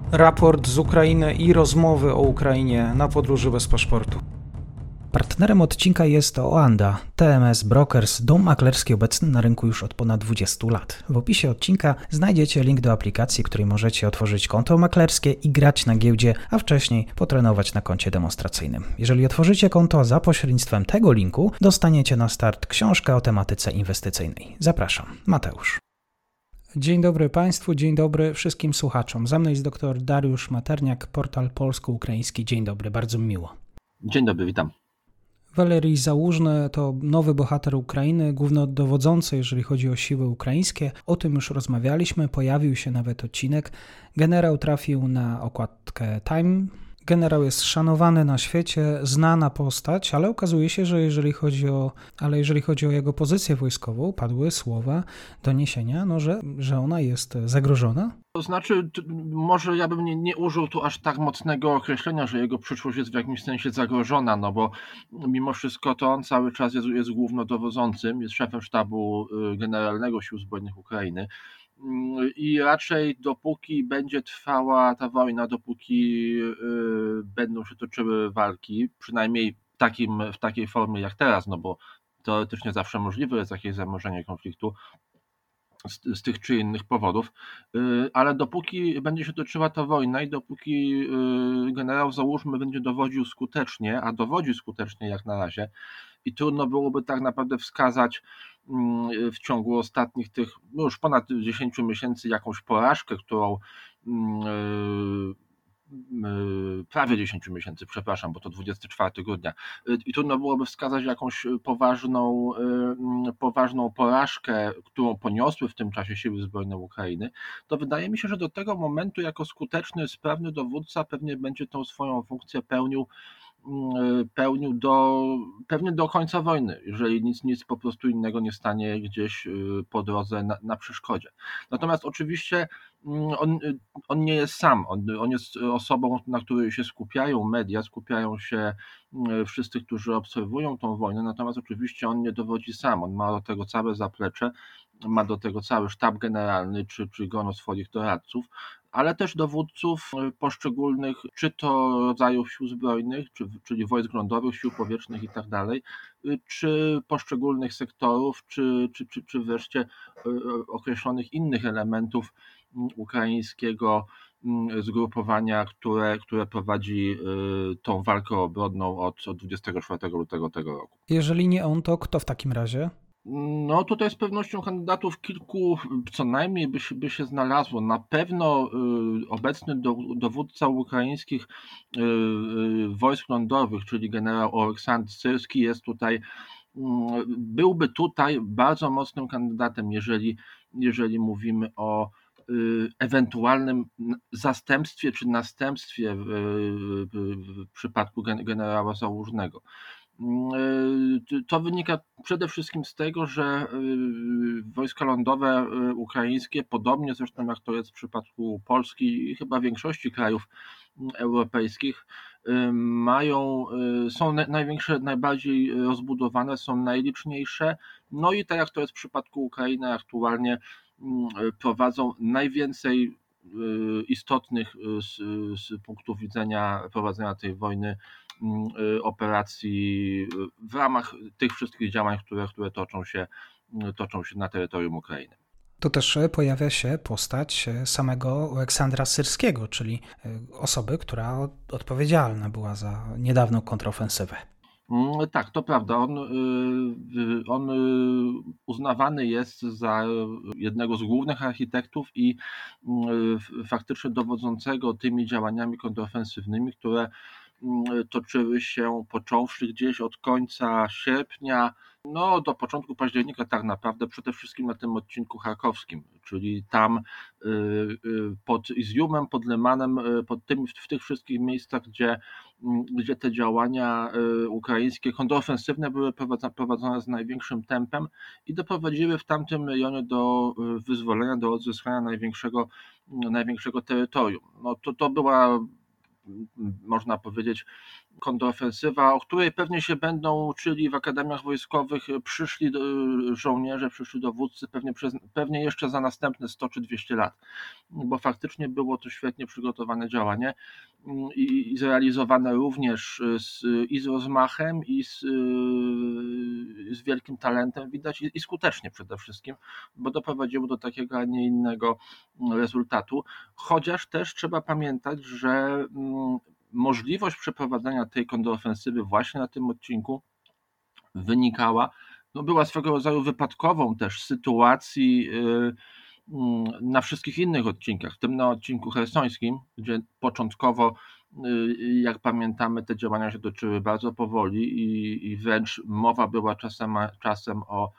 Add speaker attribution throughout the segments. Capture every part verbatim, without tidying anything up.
Speaker 1: Raport z Ukrainy i rozmowy o Ukrainie na podróży bez paszportu. Partnerem odcinka jest Oanda, T M S Brokers, dom maklerski obecny na rynku już od ponad dwudziestu lat. W opisie odcinka znajdziecie link do aplikacji, której możecie otworzyć konto maklerskie i grać na giełdzie, a wcześniej potrenować na koncie demonstracyjnym. Jeżeli otworzycie konto za pośrednictwem tego linku, dostaniecie na start książkę o tematyce inwestycyjnej. Zapraszam, Mateusz. Dzień dobry Państwu, dzień dobry wszystkim słuchaczom. Za mną jest dr Dariusz Materniak, portal polsko-ukraiński. Dzień dobry, bardzo mi miło.
Speaker 2: Dzień dobry, witam.
Speaker 1: Walerij Załużny to nowy bohater Ukrainy, głównodowodzący, jeżeli chodzi o siły ukraińskie. O tym już rozmawialiśmy, pojawił się nawet odcinek. Generał trafił na okładkę Time. Generał jest szanowany na świecie, znana postać, ale okazuje się, że jeżeli chodzi o, ale jeżeli chodzi o jego pozycję wojskową, padły słowa, doniesienia, no, że, że ona jest zagrożona.
Speaker 2: To znaczy, może ja bym nie, nie użył tu aż tak mocnego określenia, że jego przyszłość jest w jakimś sensie zagrożona, no bo mimo wszystko to on cały czas jest, jest głównodowodzącym, jest szefem sztabu generalnego Sił Zbrojnych Ukrainy. I raczej dopóki będzie trwała ta wojna, dopóki będą się toczyły walki, przynajmniej w, takim, w takiej formie jak teraz, no bo teoretycznie zawsze możliwe jest jakieś zamorzenie konfliktu z, z tych czy innych powodów, ale dopóki będzie się toczyła ta wojna i dopóki generał Załużny będzie dowodził skutecznie, a dowodzi skutecznie jak na razie, i trudno byłoby tak naprawdę wskazać w ciągu ostatnich tych no już ponad dziesięciu miesięcy jakąś porażkę, którą prawie dziesięciu miesięcy, przepraszam, bo to dwudziestego czwartego grudnia, i trudno byłoby wskazać jakąś poważną, poważną porażkę, którą poniosły w tym czasie siły zbrojne Ukrainy, to wydaje mi się, że do tego momentu jako skuteczny, sprawny dowódca pewnie będzie tą swoją funkcję pełnił pełnił do, pewnie do końca wojny, jeżeli nic, nic po prostu innego nie stanie gdzieś po drodze na, na przeszkodzie. Natomiast oczywiście on, on nie jest sam, on, on jest osobą, na której się skupiają media, skupiają się wszyscy, którzy obserwują tą wojnę, natomiast oczywiście on nie dowodzi sam, on ma do tego całe zaplecze, ma do tego cały sztab generalny, czy, czy grono swoich doradców, ale też dowódców poszczególnych, czy to rodzajów sił zbrojnych, czy, czyli wojsk lądowych, sił powietrznych i tak dalej, czy poszczególnych sektorów, czy, czy, czy, czy wreszcie określonych innych elementów ukraińskiego zgrupowania, które, które prowadzi tą walkę obronną od, od dwudziestego czwartego lutego tego roku.
Speaker 1: Jeżeli nie on, to kto w takim razie?
Speaker 2: No tutaj z pewnością kandydatów kilku co najmniej by się, by się znalazło. Na pewno y, obecny do, dowódca ukraińskich y, y, wojsk lądowych, czyli generał Oleksandr Syrski jest tutaj, y, byłby tutaj bardzo mocnym kandydatem, jeżeli, jeżeli mówimy o y, ewentualnym zastępstwie czy następstwie w, w, w przypadku gen, generała Załużnego. To wynika przede wszystkim z tego, że wojska lądowe ukraińskie, podobnie zresztą jak to jest w przypadku Polski i chyba większości krajów europejskich, mają, są największe, najbardziej rozbudowane, są najliczniejsze, no i tak jak to jest w przypadku Ukrainy aktualnie, prowadzą najwięcej istotnych z, z punktu widzenia prowadzenia tej wojny operacji w ramach tych wszystkich działań, które, które toczą się, toczą się na terytorium Ukrainy.
Speaker 1: Tu też pojawia się postać samego Aleksandra Syrskiego, czyli osoby, która odpowiedzialna była za niedawną kontrofensywę.
Speaker 2: Tak, to prawda. On, on uznawany jest za jednego z głównych architektów i faktycznie dowodzącego tymi działaniami kontrofensywnymi, które toczyły się począwszy gdzieś od końca sierpnia, no do początku października tak naprawdę, przede wszystkim na tym odcinku charkowskim, czyli tam pod Izjumem, pod Lymanem, pod tym, w tych wszystkich miejscach, gdzie, gdzie te działania ukraińskie kontrofensywne były prowadzone z największym tempem i doprowadziły w tamtym rejonie do wyzwolenia, do odzyskania największego, największego terytorium. No to, to była, można powiedzieć, kontrofensywa, o której pewnie się będą uczyli w akademiach wojskowych przyszli żołnierze, przyszli dowódcy pewnie, przez, pewnie jeszcze za następne sto czy dwieście lat, bo faktycznie było to świetnie przygotowane działanie i, i zrealizowane również z, i z rozmachem, i z, z wielkim talentem, widać, i, i skutecznie przede wszystkim, bo doprowadziło do takiego, a nie innego rezultatu, chociaż też trzeba pamiętać, że możliwość przeprowadzenia tej kontrofensywy właśnie na tym odcinku wynikała, no była swego rodzaju wypadkową też sytuacji na wszystkich innych odcinkach, w tym na odcinku chersońskim, gdzie początkowo, jak pamiętamy, te działania się toczyły bardzo powoli i, i wręcz mowa była czasem, czasem o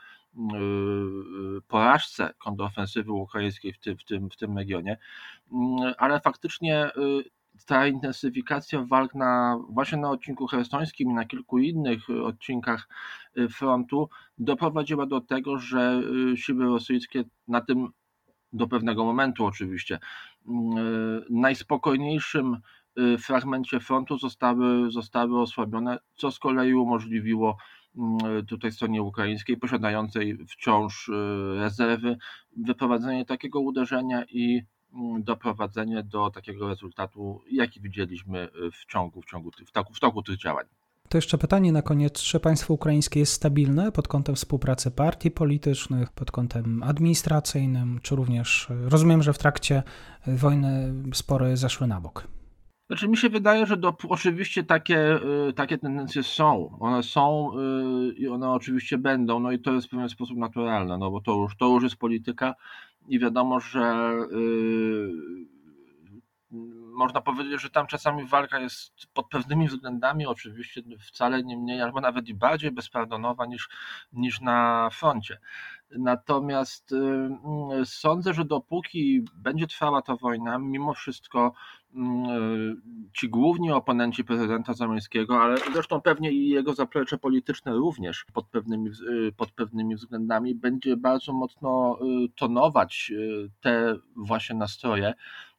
Speaker 2: porażce kontrofensywy ukraińskiej w tym, w tym, w tym regionie, ale faktycznie ta intensyfikacja walk na, właśnie na odcinku chersońskim i na kilku innych odcinkach frontu doprowadziła do tego, że siły rosyjskie na tym, do pewnego momentu oczywiście, najspokojniejszym fragmencie frontu zostały, zostały osłabione, co z kolei umożliwiło tutaj stronie ukraińskiej, posiadającej wciąż rezerwy, wyprowadzenie takiego uderzenia i doprowadzenie do takiego rezultatu, jaki widzieliśmy w ciągu, w ciągu w toku, w toku tych działań.
Speaker 1: To jeszcze pytanie na koniec. Czy państwo ukraińskie jest stabilne pod kątem współpracy partii politycznych, pod kątem administracyjnym, czy również rozumiem, że w trakcie wojny spory zeszły na bok?
Speaker 2: Znaczy mi się wydaje, że do, oczywiście takie, takie tendencje są. One są i one oczywiście będą, no i to jest w pewien sposób naturalne, no bo to już, to już jest polityka i wiadomo, że yy, można powiedzieć, że tam czasami walka jest pod pewnymi względami oczywiście wcale nie mniej, albo nawet i bardziej bezpardonowa niż, niż na froncie. Natomiast yy, sądzę, że dopóki będzie trwała ta wojna, mimo wszystko yy, ci główni oponenci prezydenta Zełenskiego, ale zresztą pewnie i jego zaplecze polityczne również pod pewnymi, yy, pod pewnymi względami, będzie bardzo mocno yy, tonować yy, te właśnie nastroje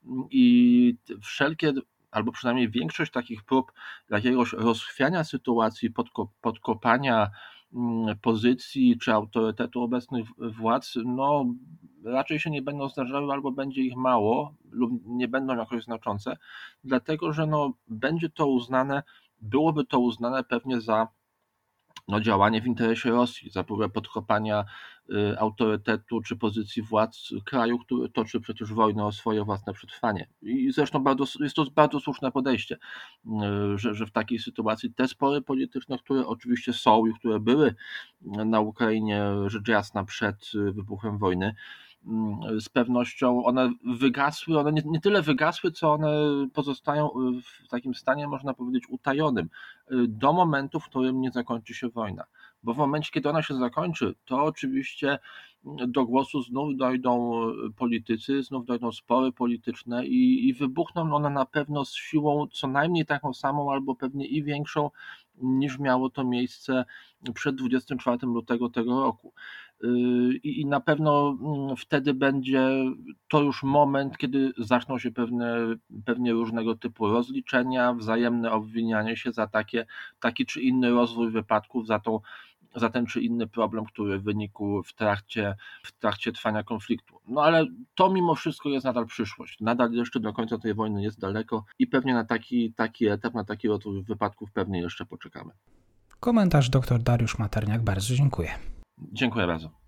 Speaker 2: i wszelkie, albo przynajmniej większość takich prób jakiegoś rozchwiania sytuacji, podko, podkopania pozycji czy autorytetu obecnych władz, no raczej się nie będą zdarzały, albo będzie ich mało lub nie będą jakoś znaczące, dlatego że no będzie to uznane, byłoby to uznane pewnie za no, działanie w interesie Rosji, za próbę podkopania y, autorytetu czy pozycji władz kraju, który toczy przecież wojnę o swoje własne przetrwanie. I zresztą bardzo, jest to bardzo słuszne podejście, y, że, że w takiej sytuacji te spory polityczne, które oczywiście są i które były na Ukrainie rzecz jasna przed wybuchem wojny, z pewnością one wygasły, one nie, nie tyle wygasły, co one pozostają w takim stanie, można powiedzieć, utajonym do momentu, w którym nie zakończy się wojna. Bo w momencie, kiedy ona się zakończy, to oczywiście do głosu znów dojdą politycy, znów dojdą spory polityczne i, i wybuchną one na pewno z siłą co najmniej taką samą, albo pewnie i większą, niż miało to miejsce przed dwudziestego czwartego lutego tego roku. I, I na pewno wtedy będzie to już moment, kiedy zaczną się pewne, pewnie różnego typu rozliczenia, wzajemne obwinianie się za takie, taki czy inny rozwój wypadków, za tą za ten czy inny problem, który wynikł w trakcie, w trakcie trwania konfliktu. No ale to mimo wszystko jest nadal przyszłość. Nadal jeszcze do końca tej wojny jest daleko i pewnie na taki, taki etap, na taki rozwój wypadków pewnie jeszcze poczekamy.
Speaker 1: Komentarz dr Dariusz Materniak, bardzo dziękuję.
Speaker 2: Dziękuję bardzo.